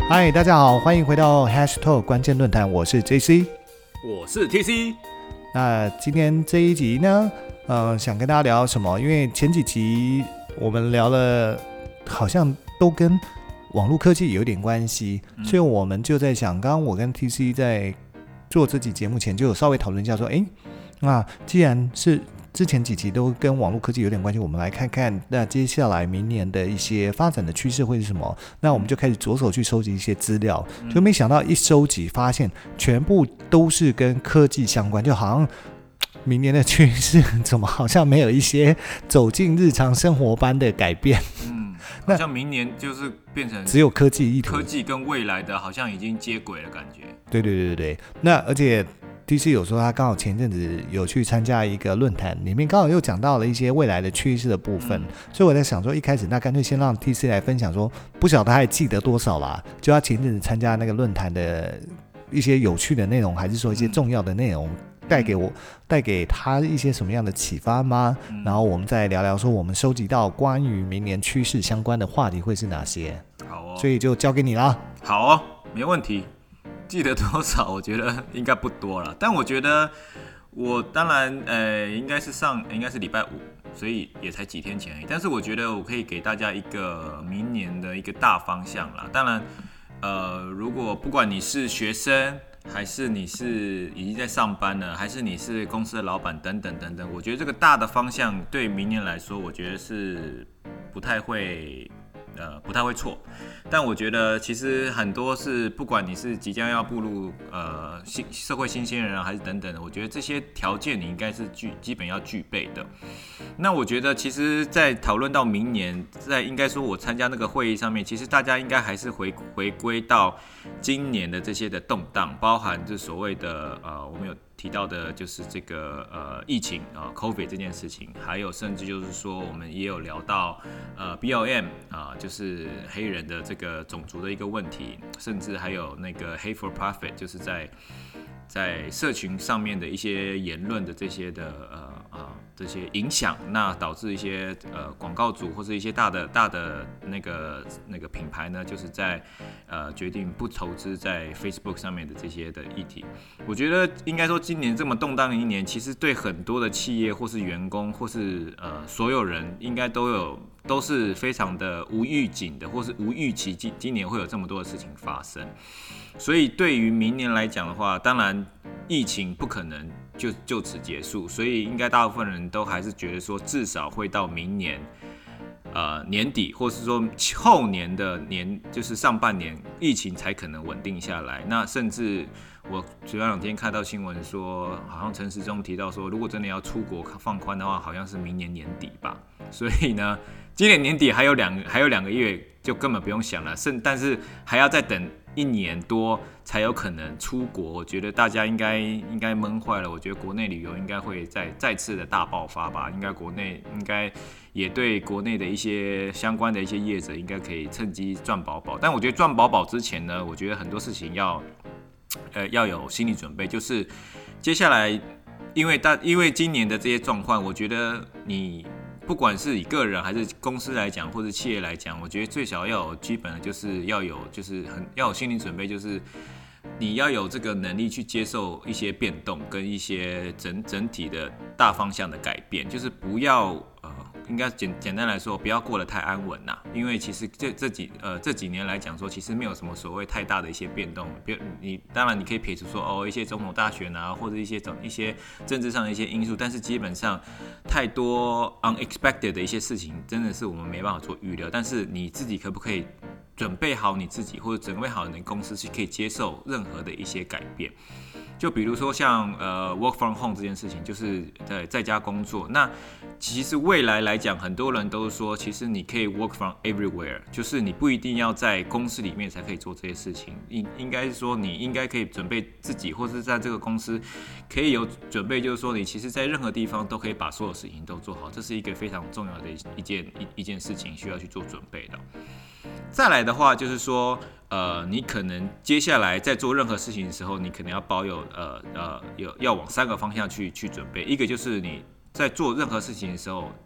嗨，大家好，欢迎回到 Hashtag 关键论坛，我是 JC， 我是 TC。 那今天这一集呢，想跟大家聊什么？因为前几集我们聊了，好像都跟网络科技有点关系，所以我们就在想，刚刚我跟 TC 在做这集节目前就有稍微讨论一下，说，那既然是之前几集都跟网络科技有点关系，我们来看看那接下来明年的一些发展的趋势会是什么。那我们就开始着手去收集一些资料，就没想到一收集发现全部都是跟科技相关，就好像明年的趋势怎么好像没有一些走进日常生活般的改变。 好像明年就是变成只有科技意图， 科技跟未来的好像已经接轨了感觉。 对，那而且TC 有说他刚好前阵子有去参加一个论坛，里面刚好又讲到了一些未来的趋势的部分，所以我在想说一开始那干脆先让 TC 来分享说，不晓得他还记得多少啦，就他前阵子参加那个论坛的一些有趣的内容，还是说一些重要的内容带给他一些什么样的启发吗？然后我们再聊聊说我们收集到关于明年趋势相关的话题会是哪些。 好哦， 所以就交给你啦。 好哦，没问题。记得多少？我觉得应该不多了，但我觉得我当然应该是礼拜五，所以也才几天前而已。但是我觉得我可以给大家一个明年的一个大方向啦。当然，如果不管你是学生，还是你是已经在上班了，还是你是公司的老板等等，我觉得这个大的方向对明年来说，我觉得是不太会错，但我觉得其实很多是不管你是即将要步入社会新鲜人还是等等的，我觉得这些条件你应该是基本要具备的。那我觉得其实，在讨论到明年，在应该说我参加那个会议上面，其实大家应该还是回归到今年的这些的动荡，包含这所谓的我们有提到的就是这个疫情COVID 这件事情，还有甚至就是说我们也有聊到BLM 就是黑人的这个种族的一个问题，甚至还有那个 Hate for Profit， 就是在社群上面的一些言论的这些的这些影响，那导致一些广告主或是一些大的那个品牌呢，就是在决定不投资在 Facebook 上面的这些的议题。我觉得应该说今年这么动荡的一年，其实对很多的企业或是员工或是所有人，应该都是非常的无预警的，或是无预期今年会有这么多的事情发生。所以对于明年来讲的话，当然疫情不可能就此结束，所以应该大部分人都还是觉得说，至少会到明年年底，或是说后年的就是上半年，疫情才可能稳定下来。那甚至我前2天看到新闻说，好像陈时中提到说，如果真的要出国放宽的话，好像是明年年底吧。所以呢，今年年底还有2个月，就根本不用想了。但是还要再等1年多才有可能出国。我觉得大家应该闷坏了。我觉得国内旅游应该会再次的大爆发吧。应该国内应该也对国内的一些相关的一些业者应该可以趁机赚饱饱。但我觉得赚饱饱之前呢，我觉得很多事情要有心理准备，就是接下来因为今年的这些状况，我觉得你不管是以个人还是公司来讲，或者企业来讲，我觉得最少要有基本的，就是要有心理准备，就是你要有这个能力去接受一些变动跟一些整体的大方向的改变，就是不要应该简单来说，不要过得太安稳啦。因为其实这几年来讲说，其实没有什么所谓太大的一些变动。当然你可以撇除说一些总统大选啊，或者一些政治上的一些因素，但是基本上太多 unexpected 的一些事情，真的是我们没办法做预料。但是你自己可不可以准备好你自己，或者准备好你的公司，是可以接受任何的一些改变？就比如说像work from home 这件事情，就是在家工作。那其实未来来讲，很多人都说，其实你可以 work from everywhere， 就是你不一定要在公司里面才可以做这些事情。应该是说，你应该可以准备自己，或是在这个公司可以有准备，就是说你其实在任何地方都可以把所有事情都做好，这是一个非常重要的一件事情，需要去做准备的。再来的话就是说，你可能接下来在做任何事情的时候，你可能要保有要往3个方向去准备。一个就是你在做任何事情的时候，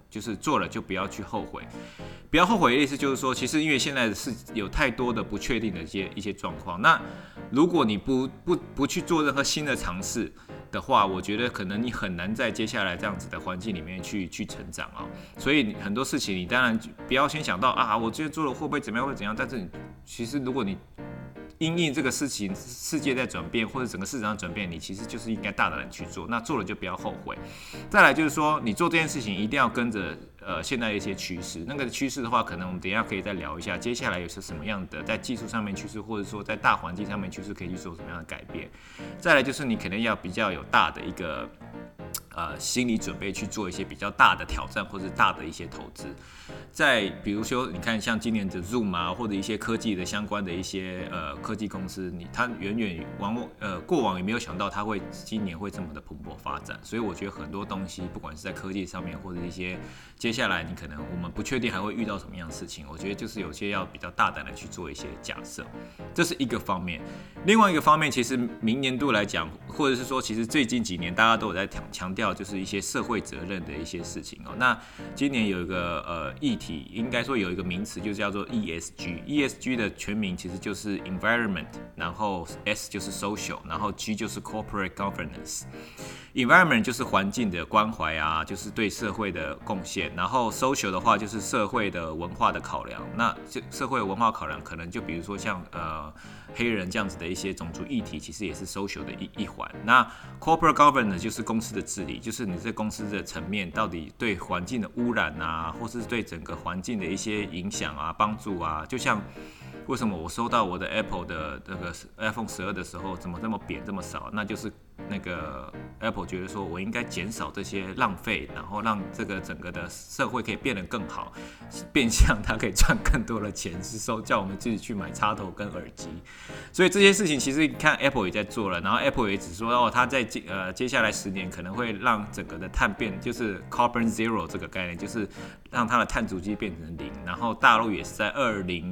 就是做了就不要去后悔。不要后悔的意思就是说，其实因为现在是有太多的不确定的一些状况，那如果你不去做任何新的尝试的话，我觉得可能你很难在接下来这样子的环境里面去成长啊。所以很多事情你当然不要先想到啊，我今天做了会不会怎么样会怎样，但是其实如果你因应这个事情，世界在转变，或者整个市场转变，你其实就是应该大胆的去做。那做了就不要后悔。再来就是说，你做这件事情一定要跟着现在的一些趋势。那个趋势的话，可能我们等一下可以再聊一下，接下来有些什么样的在技术上面趋势，或者说在大环境上面趋势可以去做什么样的改变。再来就是你可能要比较有大的一个心理准备去做一些比较大的挑战或者大的一些投资。再比如说，你看像今年的 Zoom 啊，或者一些科技的相关的一些科技公司，它过往也没有想到它会今年会这么的蓬勃发展。所以我觉得很多东西，不管是在科技上面，或者一些接下来你可能我们不确定还会遇到什么样的事情，我觉得就是有些要比较大胆的去做一些假设，这是一个方面。另外一个方面，其实明年度来讲，或者是说，其实最近几年大家都有在强调，就是一些社会责任的一些事情哦。那今年有一个议题，应该说有一个名词，就叫做 ESG。ESG 的全名其实就是 Environment， 然后 S 就是 Social， 然后 G 就是 Corporate Governance。Environment 就是环境的关怀啊，就是对社会的贡献。然后 Social 的话就是社会的文化的考量。那社会文化考量可能就比如说像黑人这样子的一些种族议题，其实也是 social 的一环。那 corporate governance 就是公司的治理，就是你这公司的层面到底对环境的污染啊，或是对整个环境的一些影响啊、帮助啊，就像为什么我收到我的 Apple 的那个 iPhone 12的时候，怎么这么扁这么少？那就是那个 Apple 觉得说我应该减少这些浪费，然后让这个整个的社会可以变得更好，变相它可以赚更多的钱，是叫我们自己去买插头跟耳机。所以这些事情其实你看 Apple 也在做了，然后 Apple 也只说它在接下来10年可能会让整个的碳变，就是 Carbon Zero 这个概念，就是让它的碳足迹变成0。然后大陆也是在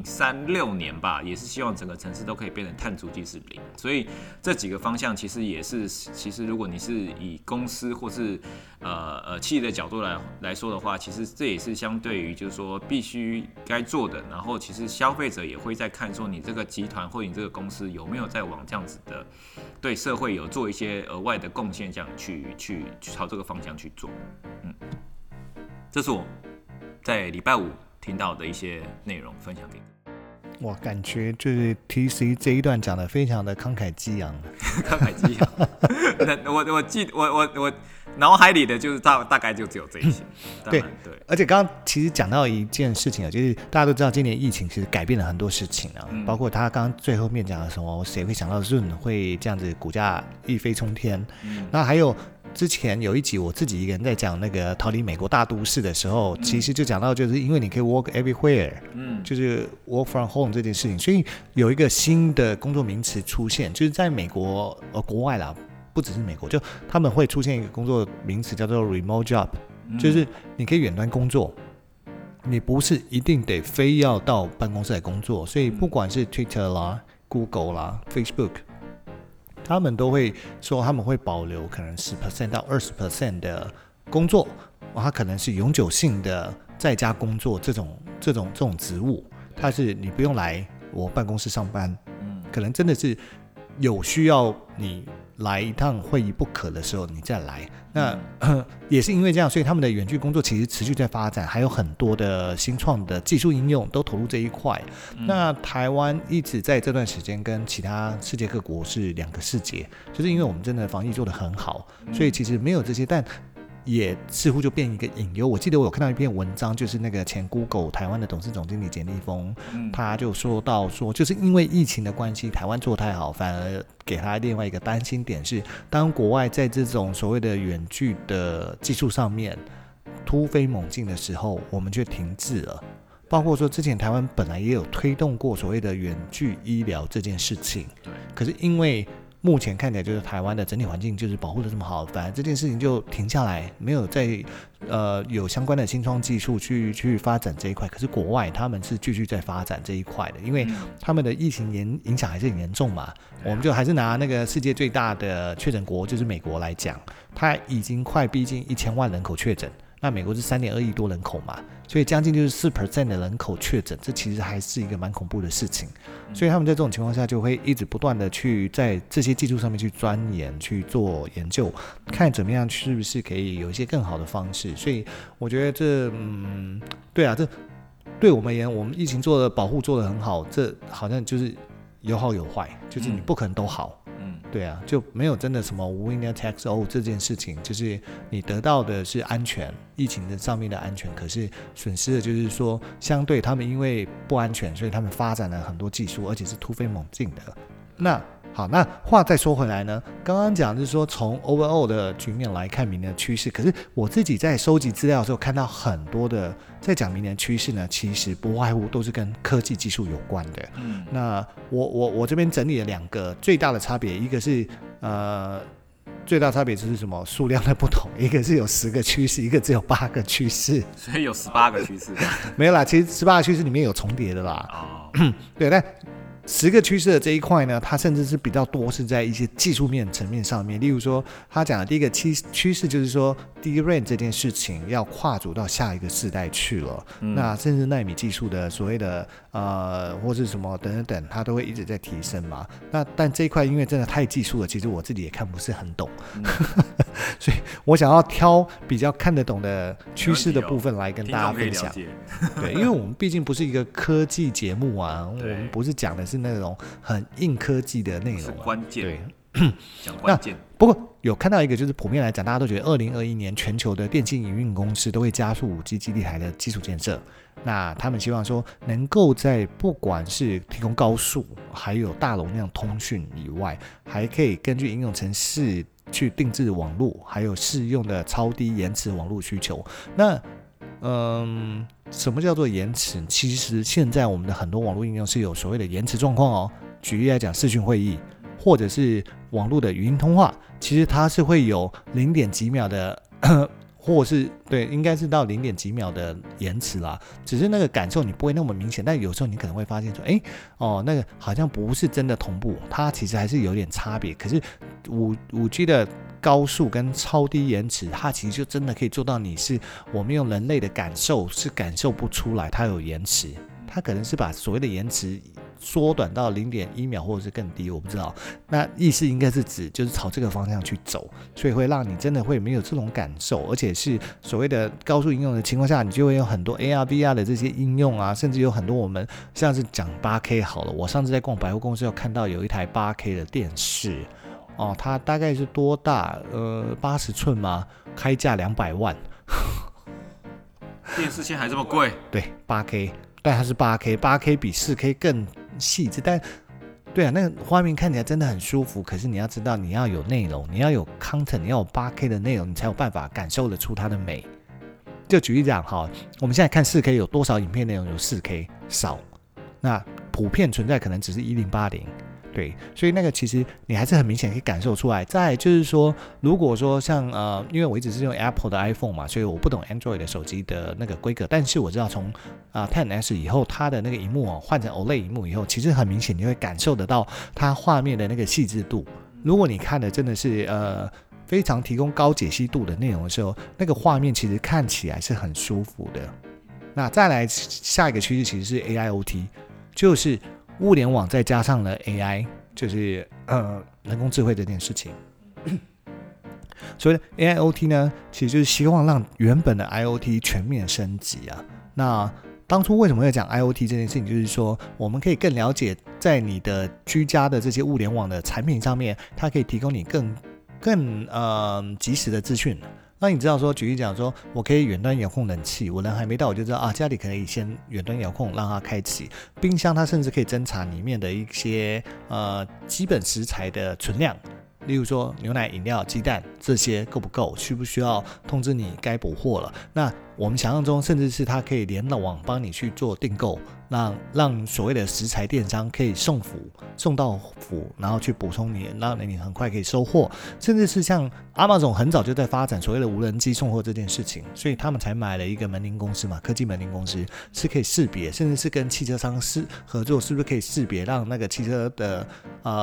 2036年吧，也是希望整个城市都可以变成碳足迹是0。所以这几个方向其实也是，其实如果你是以公司或是企业的角度来说的话，其实这也是相对于就是说必须该做的。然后其实消费者也会在看说你这个集团或你这个公司有没有在往这样子的对社会有做一些额外的贡献，这样去朝这个方向去做。这是我在礼拜5听到的一些内容，分享给你。 哇，感觉就是 TC 这一段讲的非常的慷慨激昂。 慷慨激昂。我脑海里的就是大概就只有这一些。 对，而且刚刚其实讲到一件事情啊，就是大家都知道今年疫情其实改变了很多事情啊，包括他刚刚最后面讲的什么，谁会想到 Zoom 会这样子股价一飞冲天？那还有之前有一集我自己一个人在讲那个逃离美国大都市的时候，其实就讲到就是因为你可以 work everywhere，就是 work from home 这件事情，所以有一个新的工作名词出现，就是在美国国外啦，不只是美国，就他们会出现一个工作名词叫做 remote job，就是你可以远端工作，你不是一定得非要到办公室来工作，所以不管是 Twitter 啦、Google 啦、Facebook， 他们都会说他们会保留可能10% 到20% 的工作，它可能是永久性的在家工作这种职务，它是你不用来我办公室上班，可能真的是有需要你来一趟会议不可的时候你再来。那也是因为这样，所以他们的远距工作其实持续在发展，还有很多的新创的技术应用都投入这一块。那台湾一直在这段时间跟其他世界各国是2个世界，就是因为我们真的防疫做得很好，所以其实没有这些，但也似乎就变一个隐忧。我记得我有看到一篇文章，就是那个前 Google 台湾的董事总经理简立峰，他就说到说，就是因为疫情的关系，台湾做太好，反而给他另外一个担心点是，当国外在这种所谓的远距的技术上面突飞猛进的时候，我们却停滞了。包括说之前台湾本来也有推动过所谓的远距医疗这件事情，可是因为目前看起来就是台湾的整体环境就是保护的这么好，反而这件事情就停下来，没有再有相关的新创技术去发展这一块。可是国外他们是继续在发展这一块的，因为他们的疫情影响还是很严重嘛。我们就还是拿那个世界最大的确诊国就是美国来讲，它已经快逼近1000万人口确诊， 那美国是3.2亿多人口嘛，所以将近就是4% 的人口确诊，这其实还是一个蛮恐怖的事情。所以他们在这种情况下就会一直不断的去在这些技术上面去钻研、去做研究，看怎么样是不是可以有一些更好的方式。所以我觉得对啊，这对我们而言，我们疫情做的保护做得很好，这好像就是有好有坏，就是你不可能都好。对啊，就没有真的什么 winner takes all 这件事情，就是你得到的是安全，疫情的上面的安全，可是损失的就是说，相对他们因为不安全，所以他们发展了很多技术，而且是突飞猛进的。那好，那话再说回来呢，刚刚讲就是说从 overall 的局面来看明年的趋势，可是我自己在收集资料的时候看到很多的在讲明年的趋势呢，其实不外乎都是跟科技技术有关的。那我这边整理了2个最大的差别，一个是最大差别就是什么数量的不同，一个是有10个趋势，一个只有8个趋势， 所以有18个趋势。 没有啦，其实18个趋势里面有重叠的啦。对，但10个趋势的这一块呢，它甚至是比较多是在一些技术面层面上面。例如说，他讲的第一个趋势就是说 DRAM 这件事情要跨足到下一个世代去了。那甚至奈米技术的所谓的或是什么等等等，它都会一直在提升嘛。但这一块因为真的太技术了，其实我自己也看不是很懂。所以我想要挑比较看得懂的趋势的部分来跟大家分享。对，因为我们毕竟不是一个科技节目啊，我们不是讲的是那种很硬科技的内容，是关键。 对， 讲关键。 不过有看到一个，就是普遍来讲，大家都觉得2021年全球的电信营运公司都会加速5G 基地台的基础建设。那他们希望说，能够在不管是提供高速，还有大容量通讯以外，还可以根据应用程式去定制网络，还有适用的超低延迟网络需求。那什么叫做延迟？其实现在我们的很多网络应用是有所谓的延迟状况哦。举例来讲，视讯会议或者是网络的语音通话，其实它是会有0.几秒的或是对，应该是到0.几秒的延迟啦，只是那个感受你不会那么明显，但有时候你可能会发现说，那个好像不是真的同步，它其实还是有点差别。可是5G 的高速跟超低延迟，它其实就真的可以做到我们用人类的感受是感受不出来它有延迟，它可能是把所谓的延迟缩短到0.1秒或者是更低，我不知道。那意思应该是指就是朝这个方向去走，所以会让你真的会没有这种感受，而且是所谓的高速应用的情况下，你就会有很多 AR、VR 的这些应用啊，甚至有很多我们像是讲 8K 好了，我上次在逛百货公司有看到有一台 8K 的电视它大概是多大？80寸吗？开价200万。 电视现在还这么贵？ 对，8K， 但它是 8K 比 4K 更细致，但对啊，那个画面看起来真的很舒服。可是你要知道，你要有内容，你要有 content， 你要有 8K 的内容，你才有办法感受得出它的美。就举例讲哈，我们现在看 4K 有多少影片内容有 4K 少，那普遍存在可能只是1080。对，所以那个其实你还是很明显可以感受出来。再来就是说，如果说像因为我一直是用 Apple 的 iPhone 嘛，所以我不懂 Android 的手机的那个规格，但是我知道从10S 以后，它的那个萤幕换成 OLED 萤幕以后，其实很明显你会感受得到它画面的那个细致度。如果你看的真的是非常提供高解析度的内容的时候，那个画面其实看起来是很舒服的。那再来下一个趋势其实是 AIoT， 就是物联网再加上了 AI， 就是人工智慧这件事情。所以 AIoT 呢，其实就是希望让原本的 IoT 全面升级啊。那当初为什么会讲 IoT 这件事情，就是说我们可以更了解在你的居家的这些物联网的产品上面，它可以提供你更及时的资讯。那你知道说，举例讲说，我可以远端遥控冷气，我人还没到我就知道家里可以先远端遥控让它开启。冰箱它甚至可以侦查里面的一些基本食材的存量，例如说牛奶、饮料、鸡蛋这些够不够，需不需要通知你该补货了。那我们想象中，甚至是它可以联网帮你去做订购，让所谓的食材电商可以送到府，然后去补充你，让你很快可以收货。甚至是像 Amazon 很早就在发展所谓的无人机送货这件事情，所以他们才买了一个门铃公司嘛，科技门铃公司是可以识别，甚至是跟汽车商合作，是不是可以识别让那个汽车的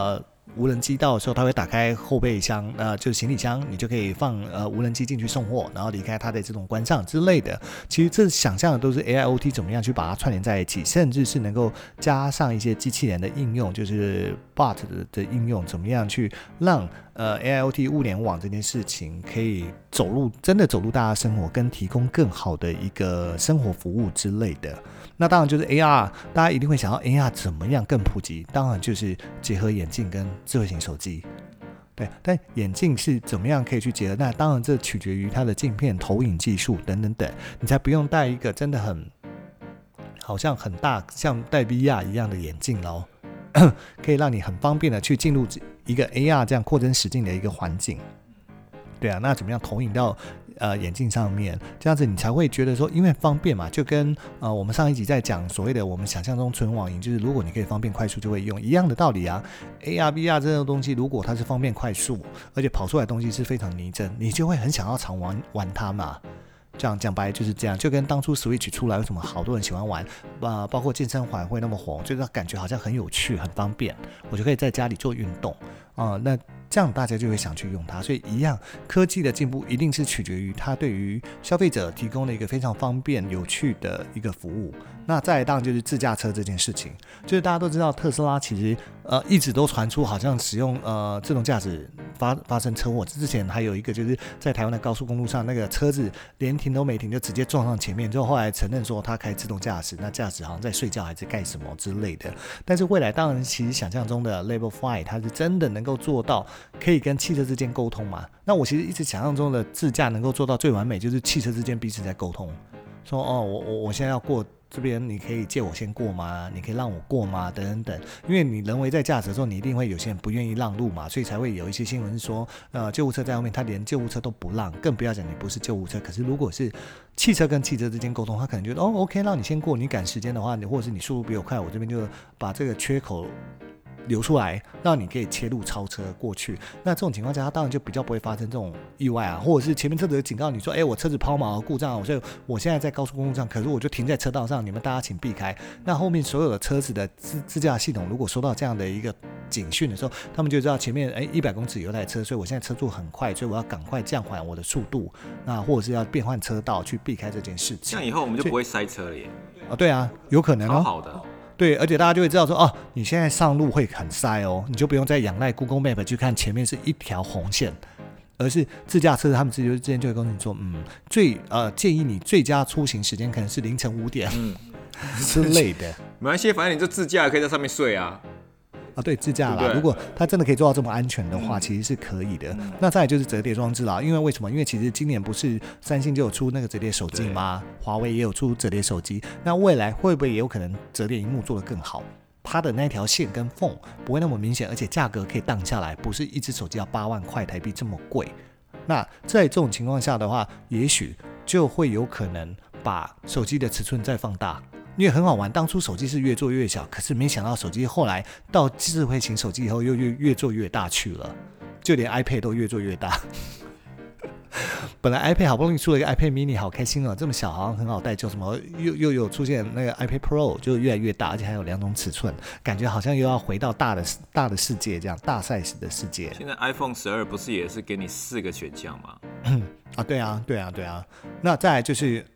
无人机到的时候，它会打开后备箱，就是行李箱，你就可以放无人机进去送货，然后离开它的这种关上之类的。其实这想象的都是 AIoT 怎么样去把它串联在一起，甚至是能够加上一些机器人的应用，就是 bot 的应用，怎么样去让AIoT 物联网这件事情可以真的走入大家生活，跟提供更好的一个生活服务之类的。那当然就是 AR， 大家一定会想到 AR 怎么样更普及，当然就是结合眼镜跟智慧型手机。对，但眼镜是怎么样可以去结合？那当然这取决于它的镜片、投影技术等等等，你才不用戴一个真的好像很大，像戴 VR 一样的眼镜咯，可以让你很方便的去进入一个 AR 这样扩增实境的一个环境。对啊，那怎么样投影到眼镜上面，这样子你才会觉得说，因为方便嘛，就跟我们上一集在讲所谓的我们想象中纯网银，就是如果你可以方便快速就会用一样的道理啊。AR、VR 这种东西，如果它是方便快速，而且跑出来的东西是非常拟真，你就会很想要常玩它嘛。这样讲白就是这样，就跟当初 Switch 出来，为什么好多人喜欢玩，包括健身环会那么红，就是感觉好像很有趣、很方便，我就可以在家里做运动那这样大家就会想去用它。所以一样，科技的进步一定是取决于它对于消费者提供了一个非常方便、有趣的一个服务。那再来当然就是自驾车这件事情，就是大家都知道特斯拉其实一直都传出好像使用自动驾驶发生车祸，之前还有一个就是在台湾的高速公路上，那个车子连停都没停就直接撞上前面，之后后来承认说他开自动驾驶，那驾驶好像在睡觉还是干什么之类的。但是未来当然其实想象中的 Level 5它是真的能够做到可以跟汽车之间沟通嘛。那我其实一直想象中的自驾能够做到最完美就是汽车之间彼此在沟通，说我现在要过这边，你可以借我先过吗？你可以让我过吗？等等等。因为你人为在驾驶的时候，你一定会有些人不愿意让路嘛，所以才会有一些新闻说，救护车在后面，他连救护车都不让，更不要讲你不是救护车。可是如果是汽车跟汽车之间沟通，他可能觉得OK， 让你先过，你赶时间的话，或者是你速度比我快，我这边就把这个缺口留出来，让你可以切入超车过去。那这种情况下，它当然就比较不会发生这种意外啊，或者是前面车子警告你说，我车子抛锚故障，所以我现在在高速公路上，可是我就停在车道上，你们大家请避开。那后面所有的车子的自驾系统，如果收到这样的一个警讯的时候，他们就知道前面100公尺有台车，所以我现在车速很快，所以我要赶快降缓我的速度，那或者是要变换车道去避开这件事情。 这样以后我们就不会塞车了耶。 对啊，有可能超好的。 对，而且大家就会知道说，你现在上路会很塞你就不用再仰赖 Google Map 去看前面是一条红线，而是自驾车他们之间就会跟你说，建议你最佳出行时间可能是凌晨5点之类的。 没关系，反正你就自驾可以在上面睡啊。 对，自驾啦，如果它真的可以做到这么安全的话，其实是可以的。那再来就是折叠装置啦，因为为什么？因为其实今年不是三星就有出那个折叠手机吗？华为也有出折叠手机，那未来会不会也有可能折叠萤幕做得更好？它的那条线跟缝不会那么明显，而且价格可以荡下来，不是一只手机要8万块台币这么贵。那在这种情况下的话，也许就会有可能把手机的尺寸再放大。因为很好玩，当初手机是越做越小，可是没想到手机后来到智慧型手机以后又越做越大去了，就连 iPad 都越做越大。本来 iPad 好不容易出了一个 iPad mini， 好开心这么小好像很好带，就什么又有出现那个 iPad Pro， 就越来越大，而且还有2种尺寸，感觉好像又要回到大的世界，这样大 size 的世界。 现在 iPhone 12不是也是给你4个选项吗？ 对啊。那再来就是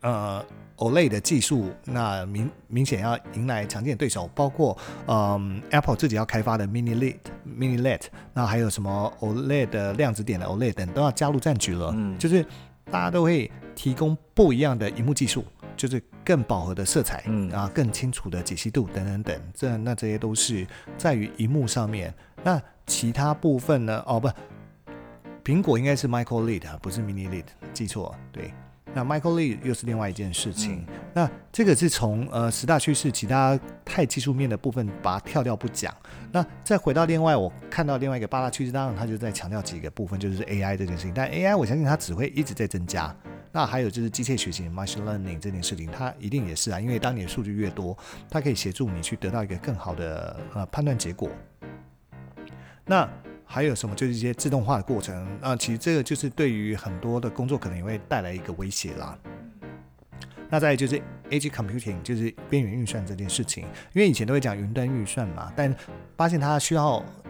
OLED 的技术，那明显要迎来常见的对手，包括Apple 自己要开发的 Mini LED， 那还有什么 OLED 的量子点的 OLED 等都要加入战局了。就是大家都会提供不一样的萤幕技术，就是更饱和的色彩，更清楚的解析度等等等。那这些都是在于萤幕上面。那其他部分呢？苹果应该是 Micro LED 不是 Mini LED， 记错对。那 Micro LED 又是另外一件事情。那这个是从10大趋势其他太技术面的部分把它跳掉不讲。那再回到另外我看到另外一个8大趋势，当然它就在强调几个部分，就是 AI 这件事情。但 AI 我相信它只会一直在增加。那还有就是机械学习 Machine Learning 这件事情，它一定也是因为当你的数据越多，它可以协助你去得到一个更好的判断结果。那还有什么？就是一些自动化的过程其实这个就是对于很多的工作可能也会带来一个威胁啦。那再来就是 Edge Computing， 就是边缘运算这件事情，因为以前都会讲云端运算嘛，但发现它需要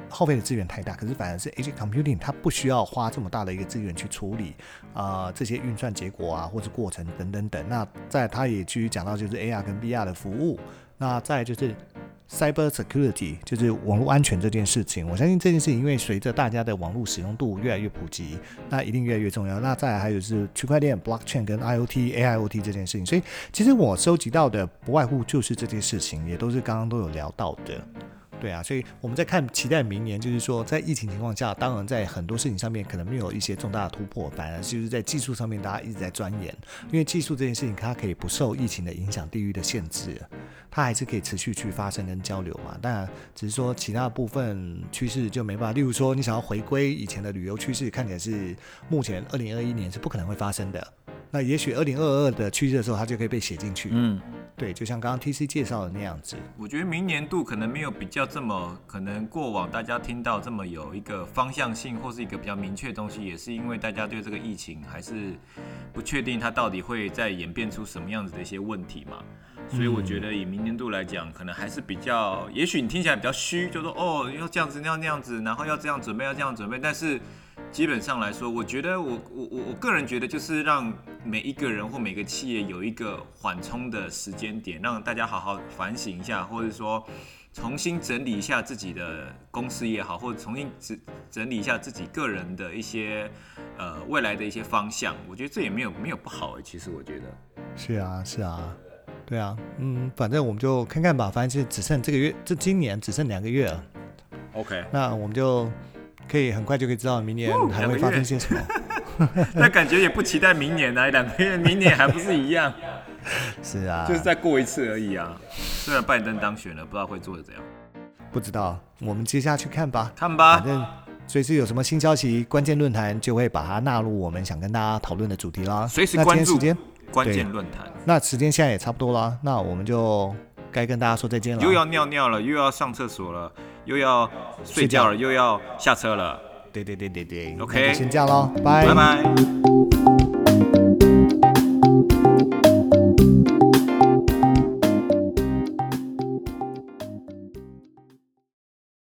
耗费的资源太大，可是反而是 Edge Computing 它不需要花这么大的一个资源去处理这些运算结果啊，或者过程等等等。那再他也继续讲到就是 AR 跟 VR 的服务，那再就是 Cyber Security 就是网络安全这件事情。我相信这件事情因为随着大家的网络使用度越来越普及，那一定越来越重要。那再来还有是区块链 Blockchain 跟 IoT、AIoT 这件事情。所以其实我收集到的不外乎就是这些事情，也都是刚刚都有聊到的。对啊，所以我们在期待明年，就是说在疫情情况下，当然在很多事情上面可能没有一些重大的突破，反而就是在技术上面大家一直在钻研，因为技术这件事情它可以不受疫情的影响、地域的限制，它还是可以持续去发生跟交流嘛。当然只是说其他的部分趋势就没办法，例如说你想要回归以前的旅游趋势，看起来是目前2021年是不可能会发生的。那也许2022的趋势的时候，它就可以被写进去。对，就像刚刚 TC 介绍的那样子。 我觉得明年度可能没有比较这么可能过往大家听到这么有一个方向性或是一个比较明确的东西，也是因为大家对这个疫情还是不确定它到底会再演变出什么样子的一些问题嘛。所以我觉得以明年度来讲，可能还是比较，也许你听起来比较虚，就说哦要这样子要那样子，然后要这样准备要这样准备，但是基本上来说，我觉得我个人觉得就是让每一个人或每个企业有一个缓冲的时间点，让大家好好反省一下，或者说重新整理一下自己的公司也好，或者重新整理一下自己个人的一些未来的一些方向。我觉得这也没有不好欸，其实我觉得是啊是啊。对啊，反正我们就看看吧，反正就只剩这个月，今年只剩2个月了。 OK， 那我们就可以很快就可以知道明年还会发生些什么。 但感觉也不期待明年啊，2个月，明年还不是一样？ 是啊， 就是再过一次而已啊。虽然拜登当选了，不知道会做得怎样。 不知道，我们接下去看吧。 看吧， 反正随时有什么新消息，关键论坛就会把它纳入我们想跟大家讨论的主题啦。 随时关注关键论坛。 那时间现在也差不多了，那我们就该跟大家说再见了。 又要尿尿了，又要上厕所了，又要睡觉了，又要下车了。 对。 OK， 先这样咯，拜拜。